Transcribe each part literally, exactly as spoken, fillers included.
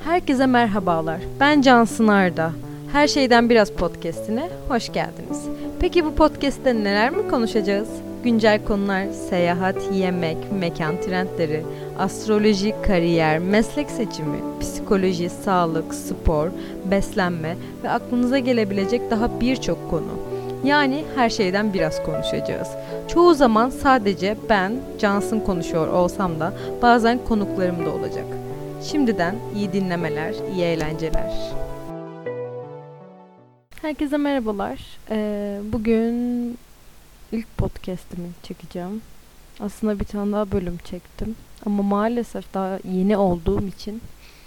Herkese merhabalar. Ben Cansın Arda. Her Şeyden Biraz podcast'ine hoş geldiniz. Peki bu podcast'te neler mi konuşacağız? Güncel konular, seyahat, yemek, mekan trendleri, astroloji, kariyer, meslek seçimi, psikoloji, sağlık, spor, beslenme ve aklınıza gelebilecek daha birçok konu. Yani her şeyden biraz konuşacağız. Çoğu zaman sadece ben, Cansın konuşuyor olsam da bazen konuklarım da olacak. Şimdiden iyi dinlemeler, iyi eğlenceler. Herkese merhabalar. Ee, bugün ilk podcast'imi çekeceğim. Aslında bir tane daha bölüm çektim. Ama maalesef daha yeni olduğum için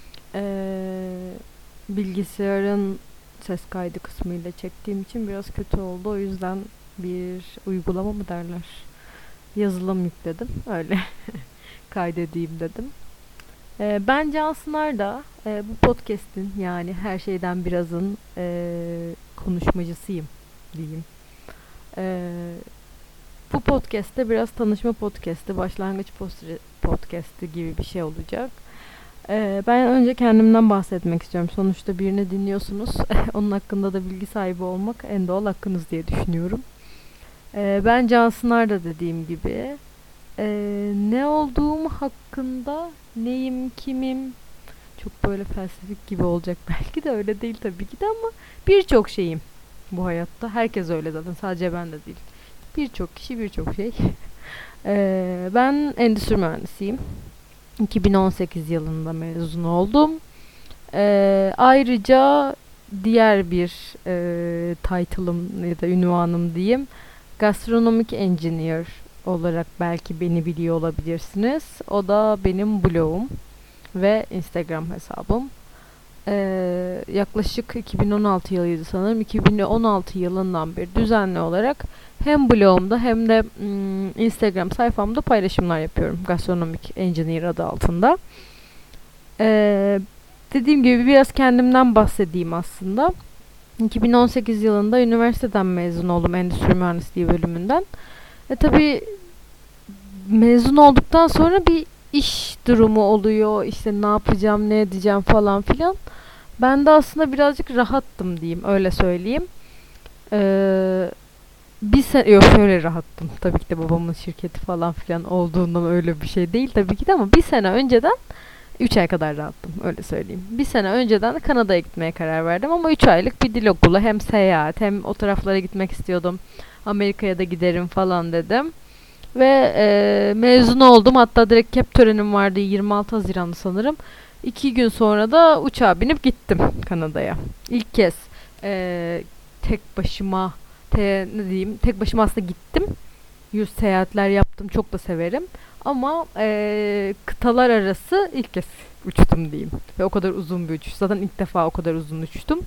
ee, bilgisayarın ses kaydı kısmıyla çektiğim için biraz kötü oldu. O yüzden bir uygulama mı derler? Yazılım yükledim. Öyle kaydedeyim dedim. Ee, ben Cansın Arda. Ee, bu podcast'in yani her şeyden birazın ee, konuşmacısıyım diyeyim. Ee, bu podcast'te biraz tanışma podcast'i, başlangıç podcast'i gibi bir şey olacak. Ee, ben önce kendimden bahsetmek istiyorum. Sonuçta birini dinliyorsunuz. Onun hakkında da bilgi sahibi olmak en doğal hakkınız diye düşünüyorum. Ee, ben Cansın Arda dediğim gibi. Ee, ne olduğum hakkında, neyim, kimim, çok böyle felsefik gibi olacak belki de öyle değil tabii ki de ama birçok şeyim bu hayatta. Herkes öyle zaten, sadece ben de değil. Birçok kişi birçok şey. Ee, ben endüstri mühendisiyim. iki bin on sekiz yılında mezun oldum. Ee, ayrıca diğer bir e, title'ım ya da ünvanım diyeyim. Gastronomik engineer olarak belki beni biliyor olabilirsiniz. O da benim blogum ve Instagram hesabım. Ee, yaklaşık iki bin on altı yılıydı sanırım. iki bin on altı yılından beri düzenli olarak hem blogumda hem de ım, Instagram sayfamda paylaşımlar yapıyorum. Gastronomik Engineer adı altında. Ee, dediğim gibi biraz kendimden bahsedeyim aslında. iki bin on sekiz yılında üniversiteden mezun oldum endüstri mühendisliği bölümünden. E tabii mezun olduktan sonra bir iş durumu oluyor. İşte ne yapacağım, ne edeceğim falan filan. Ben de aslında birazcık rahattım diyeyim, öyle söyleyeyim. Ee, bir sene, yok şöyle rahattım. Tabii ki de babamın şirketi falan filan olduğundan öyle bir şey değil tabii ki de ama bir sene önceden üç ay kadar rahattım, öyle söyleyeyim. Bir sene önceden Kanada'ya gitmeye karar verdim ama üç aylık bir dil okulu, hem seyahat hem o taraflara gitmek istiyordum. Amerika'ya da giderim falan dedim. Ve e, mezun oldum. Hatta direkt cap törenim vardı yirmi altı Haziran'da sanırım. İki gün sonra da uçağa binip gittim Kanada'ya. İlk kez e, tek başıma te, ne diyeyim tek başıma aslında gittim. Yüz seyahatler yaptım. Çok da severim. Ama e, kıtalar arası ilk kez uçtum diyeyim. Ve o kadar uzun bir uçuş. Zaten ilk defa o kadar uzun uçtum.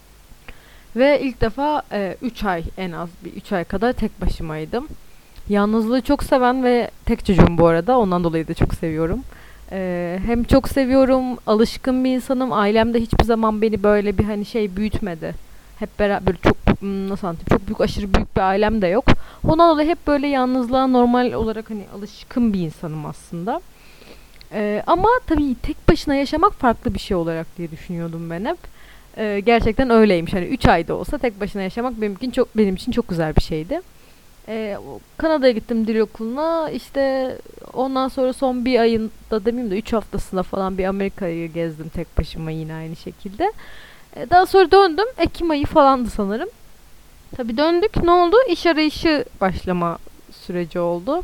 Ve ilk defa üç ay en az bir üç ay kadar tek başımaydım. Yalnızlığı çok seven ve tek çocuğum bu arada. Ondan dolayı da çok seviyorum. Ee, hem çok seviyorum, alışkın bir insanım. Ailem de hiçbir zaman beni böyle bir hani şey büyütmedi. Hep beraber çok nasıl anlatayım, çok büyük, aşırı büyük bir ailem de yok. Ondan dolayı hep böyle yalnızlığa normal olarak hani alışkın bir insanım aslında. Ee, ama tabii tek başına yaşamak farklı bir şey olarak diye düşünüyordum ben hep. Ee, gerçekten öyleymiş. Hani üç ayda olsa tek başına yaşamak benim için çok benim için çok güzel bir şeydi. Ee, Kanada'ya gittim dil okuluna. İşte ondan sonra son bir ayında demeyeyim de üç haftasında falan bir Amerika'yı gezdim tek başıma yine aynı şekilde. Ee, daha sonra döndüm. Ekim ayı falandı sanırım. Tabii döndük. Ne oldu? İş arayışı başlama süreci oldu.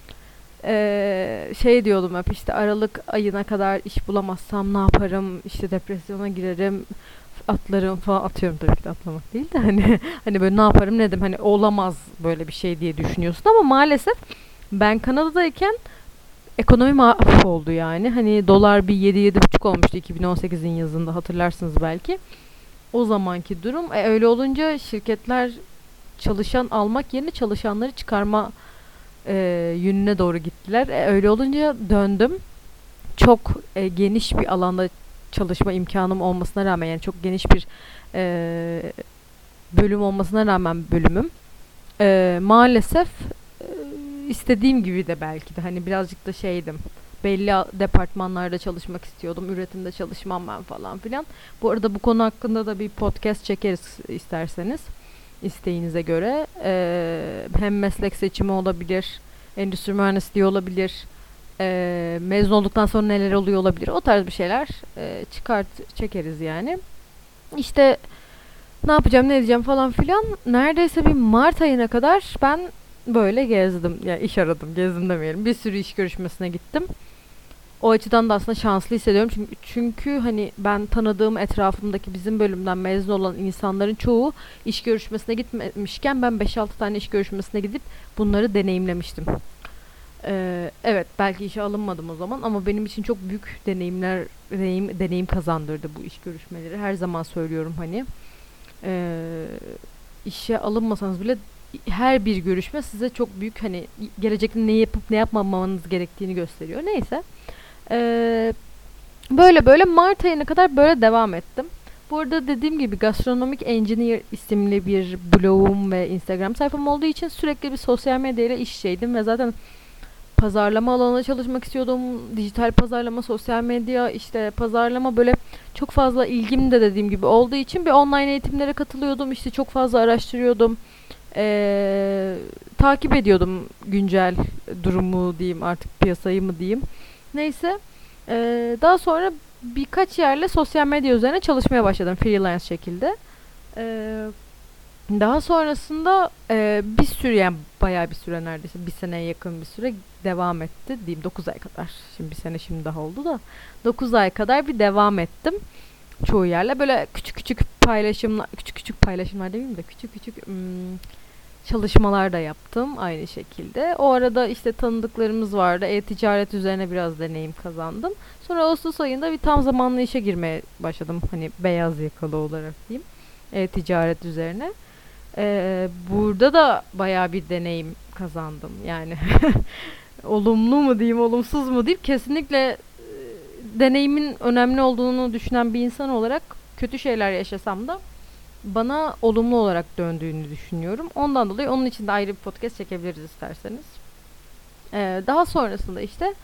Ee, şey diyordum hep, işte Aralık ayına kadar iş bulamazsam ne yaparım? İşte depresyona girerim. Atlarım falan, atıyorum tabii ki de, atlamak değil de hani hani böyle ne yaparım, ne dedim, hani olamaz böyle bir şey diye düşünüyorsun ama maalesef ben Kanada'dayken ekonomi mahvoldu yani. Hani dolar bir yedi yedi buçuk olmuştu iki bin on sekizin yazında, hatırlarsınız belki. O zamanki durum. E, öyle olunca şirketler çalışan almak yerine çalışanları çıkarma e, yönüne doğru gittiler. E, öyle olunca döndüm. Çok e, geniş bir alanda çalışma imkanım olmasına rağmen, yani çok geniş bir e, bölüm olmasına rağmen bölümüm e, maalesef e, istediğim gibi de belki de hani birazcık da şeydim, belli a- departmanlarda çalışmak istiyordum. Üretimde çalışmam ben falan filan. Bu arada bu konu hakkında da bir podcast çekeriz isterseniz. İsteğinize göre. Ee, hem meslek seçimi olabilir, endüstri mühendisliği olabilir, ee, mezun olduktan sonra neler oluyor olabilir. O tarz bir şeyler ee, çıkart çekeriz yani. İşte ne yapacağım, ne edeceğim falan filan. Neredeyse bir Mart ayına kadar ben böyle gezdim. Ya iş aradım, gezdim demeyelim. Bir sürü iş görüşmesine gittim. O açıdan da aslında şanslı hissediyorum. Çünkü, çünkü hani ben tanıdığım etrafımdaki bizim bölümden mezun olan insanların çoğu iş görüşmesine gitmemişken ben beş altı tane iş görüşmesine gidip bunları deneyimlemiştim. Ee, evet, belki işe alınmadım o zaman ama benim için çok büyük deneyimler deneyim, deneyim kazandırdı bu iş görüşmeleri. Her zaman söylüyorum hani. Ee, işe alınmasanız bile her bir görüşme size çok büyük hani gelecekte ne yapıp ne yapmamanız gerektiğini gösteriyor. Neyse. Ee, böyle böyle Mart ayına kadar böyle devam ettim. Bu arada dediğim gibi Gastronomic Engineer isimli bir blogum ve Instagram sayfam olduğu için sürekli bir sosyal medyayla iç içeydim ve zaten pazarlama alanında çalışmak istiyordum. Dijital pazarlama, sosyal medya, işte pazarlama böyle çok fazla ilgim de dediğim gibi olduğu için bir online eğitimlere katılıyordum. İşte çok fazla araştırıyordum. Ee, takip ediyordum güncel durumu diyeyim artık piyasayı mı diyeyim. Neyse. Ee, daha sonra birkaç yerle sosyal medya üzerine çalışmaya başladım freelance şekilde. Ee, daha sonrasında e, bir süre yani bayağı bir süre neredeyse bir seneye yakın bir süre devam etti diyeyim dokuz ay kadar. Şimdi bir sene şimdi daha oldu da dokuz ay kadar bir devam ettim çoğu yerle böyle küçük küçük paylaşımlar küçük küçük paylaşımlar demeyeyim de küçük küçük hmm, çalışmalar da yaptım aynı şekilde. O arada işte tanıdıklarımız vardı. E-ticaret üzerine biraz deneyim kazandım. Sonra Ağustos ayında bir tam zamanlı işe girmeye başladım. Hani beyaz yakalı olarak diyeyim. E-ticaret üzerine. Ee, burada da bayağı bir deneyim kazandım. Yani olumlu mu diyeyim, olumsuz mu diyeyim. Kesinlikle e, deneyimin önemli olduğunu düşünen bir insan olarak kötü şeyler yaşasam da bana olumlu olarak döndüğünü düşünüyorum. Ondan dolayı onun için de ayrı bir podcast çekebiliriz isterseniz. Ee, daha sonrasında işte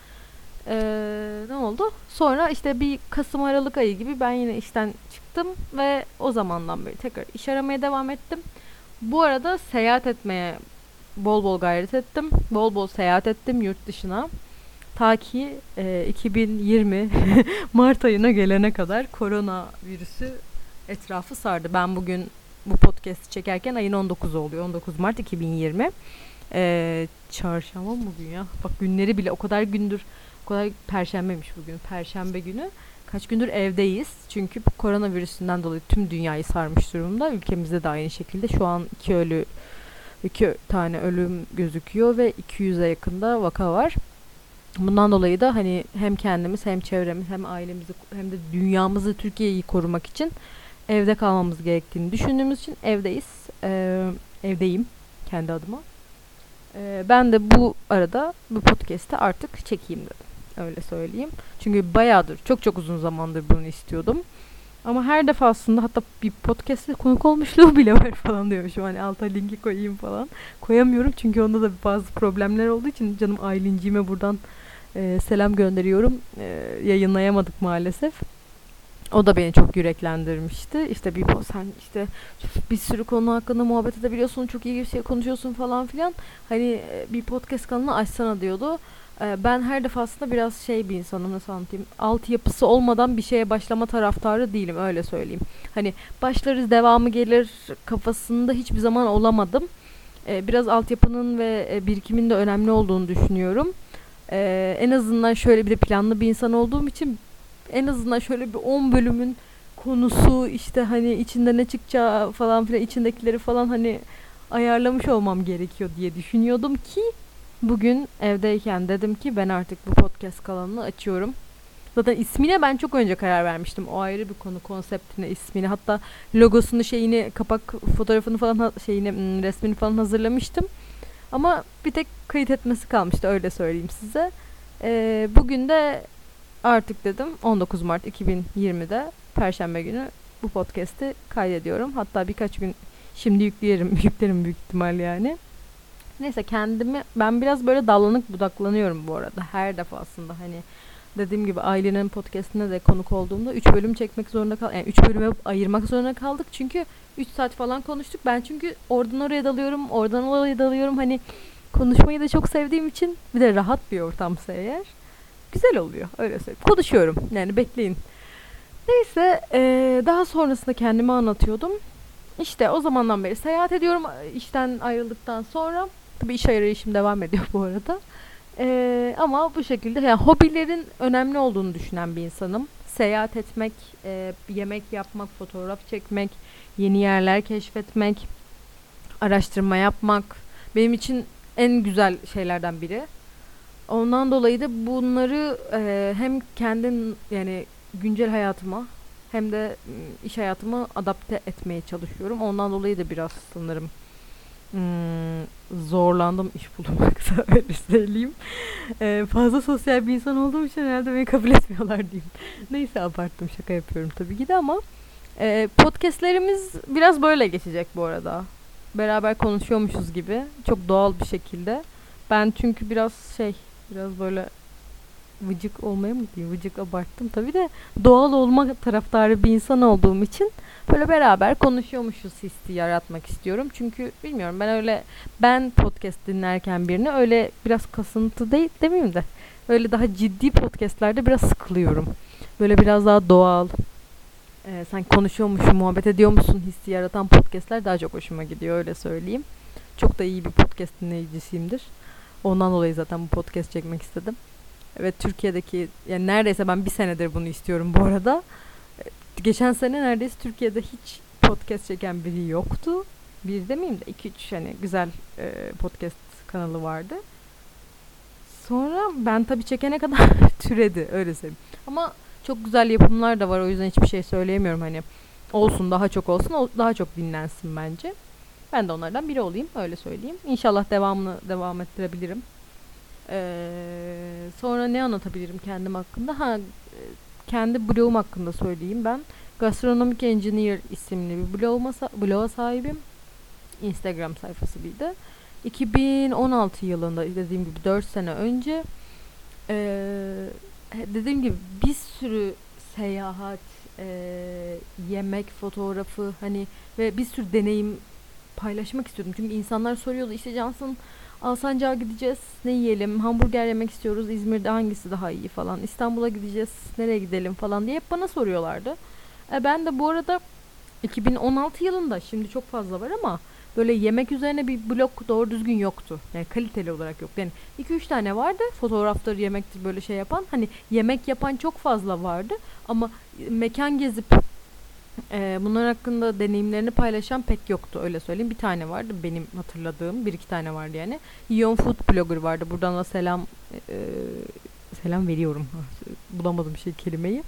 ee, ne oldu? Sonra işte bir Kasım Aralık ayı gibi ben yine işten çıktım ve o zamandan beri tekrar iş aramaya devam ettim. Bu arada seyahat etmeye bol bol gayret ettim. Bol bol seyahat ettim yurt dışına. Ta ki e, iki bin yirmi Mart ayına gelene kadar korona virüsü etrafı sardı. Ben bugün bu podcast'i çekerken ayın on dokuzu oluyor. on dokuz Mart iki bin yirmi. Ee, çarşamba mı bugün ya? Bak günleri bile o kadar gündür, o kadar perşembeymiş bugün. Perşembe günü. Kaç gündür evdeyiz. Çünkü bu koronavirüsünden dolayı tüm dünyayı sarmış durumda. Ülkemizde de aynı şekilde. Şu an iki ölü, iki tane ölüm gözüküyor ve iki yüze yakında vaka var. Bundan dolayı da hani hem kendimiz hem çevremiz hem ailemizi hem de dünyamızı, Türkiye'yi korumak için evde kalmamız gerektiğini düşündüğümüz için evdeyiz. Ee, evdeyim kendi adıma. Ee, ben de bu arada bu podcast'i artık çekeyim dedim. Öyle söyleyeyim. Çünkü bayağıdır, çok çok uzun zamandır bunu istiyordum. Ama her defasında hatta bir podcast'te konuk olmuşluğu bile var falan diyormuşum. Hani alta linki koyayım falan. Koyamıyorum çünkü onda da bazı problemler olduğu için canım Aylinciğime buradan e, selam gönderiyorum. E, yayınlayamadık maalesef. O da beni çok yüreklendirmişti. İşte bir sen işte bir sürü konu hakkında muhabbet edebiliyorsun, çok iyi bir şey konuşuyorsun falan filan. Hani bir podcast kanalını açsana diyordu. Ben her defasında biraz şey bir insanım, nasıl anlatayım, altyapısı olmadan bir şeye başlama taraftarı değilim, öyle söyleyeyim. Hani başlarız devamı gelir kafasında hiçbir zaman olamadım. Biraz altyapının ve birikimin de önemli olduğunu düşünüyorum. En azından şöyle bir de planlı bir insan olduğum için en azından şöyle bir on bölümün konusu işte hani içinde ne çıkacağı falan filan içindekileri falan hani ayarlamış olmam gerekiyor diye düşünüyordum ki bugün evdeyken dedim ki ben artık bu podcast kanalını açıyorum. Zaten ismine ben çok önce karar vermiştim. O ayrı bir konu, konseptine, ismini, hatta logosunu, şeyini, kapak fotoğrafını falan şeyini, resmini falan hazırlamıştım. Ama bir tek kayıt etmesi kalmıştı, öyle söyleyeyim size. Ee, bugün de artık dedim on dokuz Mart iki bin yirmide Perşembe günü bu podcast'i kaydediyorum. Hatta birkaç gün şimdi yüklerim, yüklerim büyük ihtimal yani. Neyse kendimi ben biraz böyle dallanıp budaklanıyorum bu arada her defasında hani dediğim gibi ailenin podcast'ine de konuk olduğumda üç bölüm çekmek zorunda kal yani üç bölüme ayırmak zorunda kaldık çünkü üç saat falan konuştuk. Ben çünkü oradan oraya dalıyorum, oradan oraya dalıyorum. Hani konuşmayı da çok sevdiğim için bir de rahat bir ortamsa eğer güzel oluyor. Öyle söyleyeyim. Konuşuyorum. Yani bekleyin. Neyse eee, daha sonrasında kendimi anlatıyordum. İşte o zamandan beri seyahat ediyorum işten ayrıldıktan sonra. Tabii iş arayışım devam ediyor bu arada. Ee, ama bu şekilde yani hobilerin önemli olduğunu düşünen bir insanım. Seyahat etmek, e, yemek yapmak, fotoğraf çekmek, yeni yerler keşfetmek, araştırma yapmak benim için en güzel şeylerden biri. Ondan dolayı da bunları e, hem kendim yani güncel hayatıma hem de m, iş hayatıma adapte etmeye çalışıyorum. Ondan dolayı da biraz sanırım Hmm, zorlandım iş bulmakta öyle söyleyeyim. Ee, fazla sosyal bir insan olduğum için herhalde beni kabul etmiyorlar diyeyim. Neyse abarttım şaka yapıyorum tabii ki de ama e, podcastlerimiz biraz böyle geçecek bu arada. Beraber konuşuyormuşuz gibi çok doğal bir şekilde. Ben çünkü biraz şey biraz böyle vıcık olmaya mı diyeyim? Vıcık abarttım tabii de doğal olma taraftarı bir insan olduğum için böyle beraber konuşuyormuşuz hissi yaratmak istiyorum. Çünkü bilmiyorum ben öyle ben podcast dinlerken birini öyle biraz kasıntı değil demeyeyim de öyle daha ciddi podcastlerde biraz sıkılıyorum. Böyle biraz daha doğal e, sanki konuşuyormuşum, muhabbet ediyormuşsun hissi yaratan podcastler daha çok hoşuma gidiyor öyle söyleyeyim. Çok da iyi bir podcast dinleyicisiyimdir. Ondan dolayı zaten bu podcast çekmek istedim. Evet Türkiye'deki yani neredeyse ben bir senedir bunu istiyorum bu arada. Geçen sene neredeyse Türkiye'de hiç podcast çeken biri yoktu. Bir demeyeyim de iki üç hani güzel e, podcast kanalı vardı. Sonra ben tabii çekene kadar türedi öyle söyleyeyim. Ama çok güzel yapımlar da var o yüzden hiçbir şey söyleyemiyorum hani. Olsun daha çok olsun o daha çok dinlensin bence. Ben de onlardan biri olayım öyle söyleyeyim. İnşallah devamını devam ettirebilirim. Ee, sonra ne anlatabilirim kendim hakkında? Ha, e, kendi blogum hakkında söyleyeyim ben. Gastronomic Engineer isimli bir bloguma, bloga sahibim. Instagram sayfası bir de. iki bin on altı yılında dediğim gibi dört sene önce ee, dediğim gibi bir sürü seyahat, ee, yemek fotoğrafı hani ve bir sürü deneyim paylaşmak istiyordum. Çünkü insanlar soruyordu işte Cansın Alsancak'a gideceğiz. Ne yiyelim? Hamburger yemek istiyoruz. İzmir'de hangisi daha iyi falan. İstanbul'a gideceğiz. Nereye gidelim falan diye hep bana soruyorlardı. E ben de bu arada iki bin on altı yılında şimdi çok fazla var ama böyle yemek üzerine bir blog doğru düzgün yoktu. Yani kaliteli olarak yoktu. Yani iki üç tane vardı. Fotoğraftır, yemektir böyle şey yapan. Hani yemek yapan çok fazla vardı. Ama mekan gezip ee, bunlar hakkında deneyimlerini paylaşan pek yoktu öyle söyleyeyim. Bir tane vardı benim hatırladığım. Bir iki tane vardı yani. Ion Food Blogger vardı. Buradan da selam e, selam veriyorum. Bulamadım şey kelimeyi.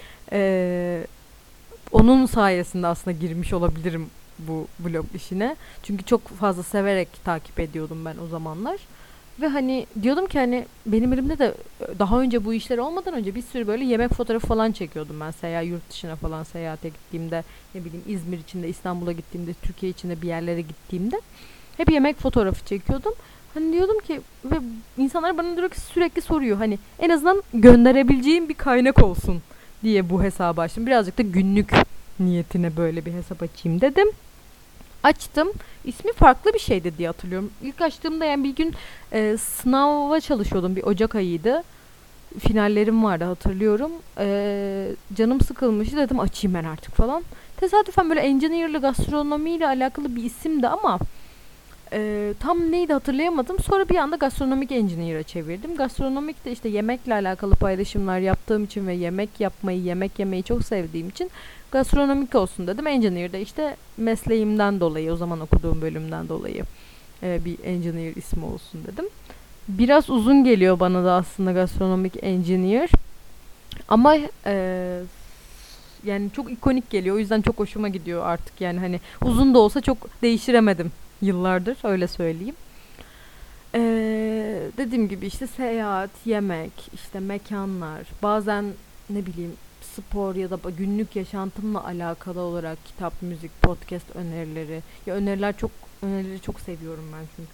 Ee, onun sayesinde aslında girmiş olabilirim bu blog işine. Çünkü çok fazla severek takip ediyordum ben o zamanlar. Ve hani diyordum ki hani benim elimde de daha önce bu işler olmadan önce bir sürü böyle yemek fotoğrafı falan çekiyordum ben seyahat yurt dışına falan seyahate gittiğimde ne bileyim İzmir içinde İstanbul'a gittiğimde Türkiye içinde bir yerlere gittiğimde hep yemek fotoğrafı çekiyordum. Hani diyordum ki ve insanlar bana diyor ki sürekli soruyor hani en azından gönderebileceğim bir kaynak olsun diye bu hesabı açtım. Birazcık da günlük niyetine böyle bir hesap açayım dedim. Açtım. İsmi farklı bir şeydi diye hatırlıyorum. İlk açtığımda yani bir gün e, sınava çalışıyordum. Bir Ocak ayıydı. Finallerim vardı hatırlıyorum. E, canım sıkılmıştı dedim açayım ben artık falan. Tesadüfen böyle engineer'lı gastronomiyle alakalı bir isimdi ama e, tam neydi hatırlayamadım. Sonra bir anda gastronomik engineer'a çevirdim. Gastronomik de işte yemekle alakalı paylaşımlar yaptığım için ve yemek yapmayı, yemek yemeyi çok sevdiğim için gastronomik olsun dedim. Engineer de işte mesleğimden dolayı, o zaman okuduğum bölümden dolayı e, bir engineer ismi olsun dedim. Biraz uzun geliyor bana da aslında gastronomik engineer. Ama e, yani çok ikonik geliyor. O yüzden çok hoşuma gidiyor artık. Yani hani uzun da olsa çok değiştiremedim yıllardır öyle söyleyeyim. Ee, dediğim gibi işte seyahat, yemek, işte mekanlar, bazen ne bileyim spor ya da günlük yaşantımla alakalı olarak kitap, müzik, podcast önerileri. Ya öneriler çok önerileri çok seviyorum ben çünkü.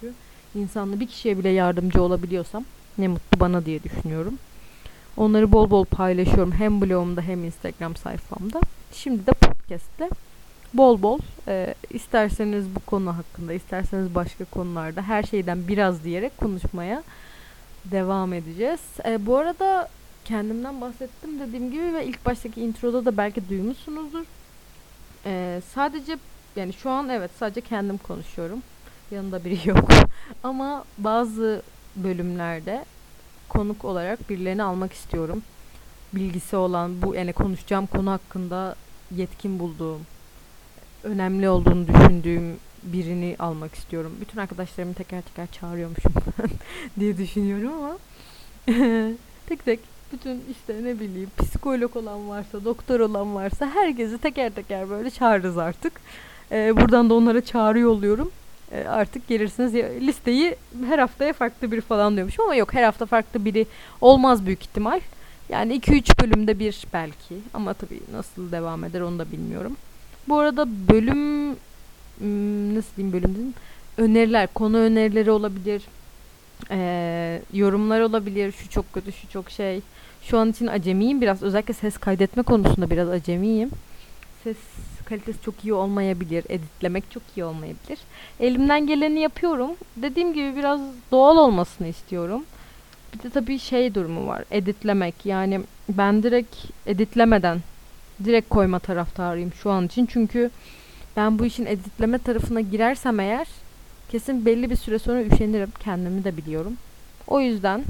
insanla bir kişiye bile yardımcı olabiliyorsam ne mutlu bana diye düşünüyorum. Onları bol bol paylaşıyorum hem blogumda hem Instagram sayfamda. Şimdi de podcast'te bol bol e, isterseniz bu konu hakkında, isterseniz başka konularda her şeyden biraz diyerek konuşmaya devam edeceğiz. E, bu arada kendimden bahsettim dediğim gibi ve ilk baştaki introda da belki duymuşsunuzdur. E, sadece yani şu an evet sadece kendim konuşuyorum. Yanında biri yok. Ama bazı bölümlerde konuk olarak birilerini almak istiyorum. Bilgisi olan bu yani konuşacağım konu hakkında yetkin bulduğum, önemli olduğunu düşündüğüm birini almak istiyorum. Bütün arkadaşlarımı teker teker çağırıyormuşum diye düşünüyorum ama tek tek bütün işte ne bileyim psikolog olan varsa, doktor olan varsa herkesi teker teker böyle çağırırız artık. Ee, buradan da onlara çağrı yolluyorum. Ee, artık gelirsiniz ya, listeyi her haftaya farklı biri falan diyormuş ama yok her hafta farklı biri olmaz büyük ihtimal. Yani iki üç bölümde bir belki ama tabii nasıl devam eder onu da bilmiyorum. Bu arada bölüm nasıl diyeyim bölüm diyeyim öneriler, konu önerileri olabilir. Ee, yorumlar olabilir. Şu çok kötü, şu çok şey. Şu an için acemiyim biraz. Özellikle ses kaydetme konusunda biraz acemiyim. Ses kalitesi çok iyi olmayabilir. Editlemek çok iyi olmayabilir. Elimden geleni yapıyorum. Dediğim gibi biraz doğal olmasını istiyorum. Bir de tabii şey durumu var. Editlemek. Yani ben direkt editlemeden direkt koyma taraftarıyım şu an için. Çünkü ben bu işin editleme tarafına girersem eğer kesin belli bir süre sonra üşenirim. Kendimi de biliyorum. O yüzden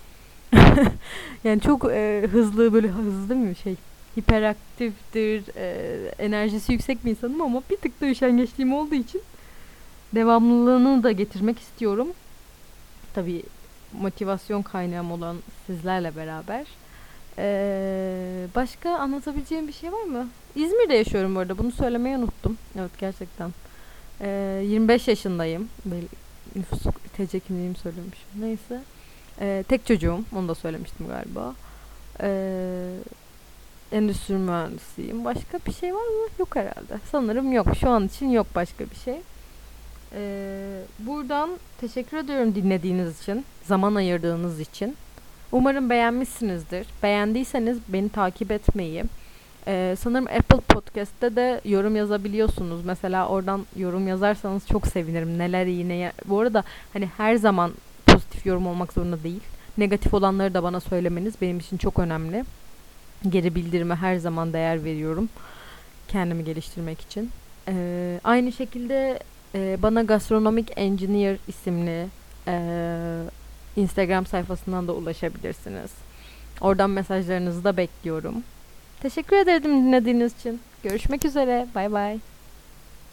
yani çok e, hızlı böyle hızlı mı şey hiperaktiftir, e, enerjisi yüksek bir insanım ama bir tık da üşengeçliğim olduğu için devamlılığını da getirmek istiyorum. Tabii motivasyon kaynağım olan sizlerle beraber. Ee, başka anlatabileceğim bir şey var mı? İzmir'de yaşıyorum bu arada. Bunu söylemeyi unuttum. Evet gerçekten. Ee, yirmi beş yaşındayım. Böyle nüfus T C kimliğimi söylemişim. Neyse. Ee, tek çocuğum. Onu da söylemiştim galiba. Ee, endüstri mühendisiyim. Başka bir şey var mı? Yok herhalde. Sanırım yok. Şu an için yok başka bir şey. Ee, buradan teşekkür ediyorum dinlediğiniz için. Zaman ayırdığınız için. Umarım beğenmişsinizdir. Beğendiyseniz beni takip etmeyi. Ee, sanırım Apple Podcast'te de yorum yazabiliyorsunuz. Mesela oradan yorum yazarsanız çok sevinirim. Neler iyi ne ya- Bu arada hani her zaman pozitif yorum olmak zorunda değil. Negatif olanları da bana söylemeniz benim için çok önemli. Geri bildirime her zaman değer veriyorum. Kendimi geliştirmek için. Ee, aynı şekilde e, bana Gastronomic Engineer isimli e, Instagram sayfasından da ulaşabilirsiniz. Oradan mesajlarınızı da bekliyorum. Teşekkür ederim dinlediğiniz için. Görüşmek üzere. Bay bay.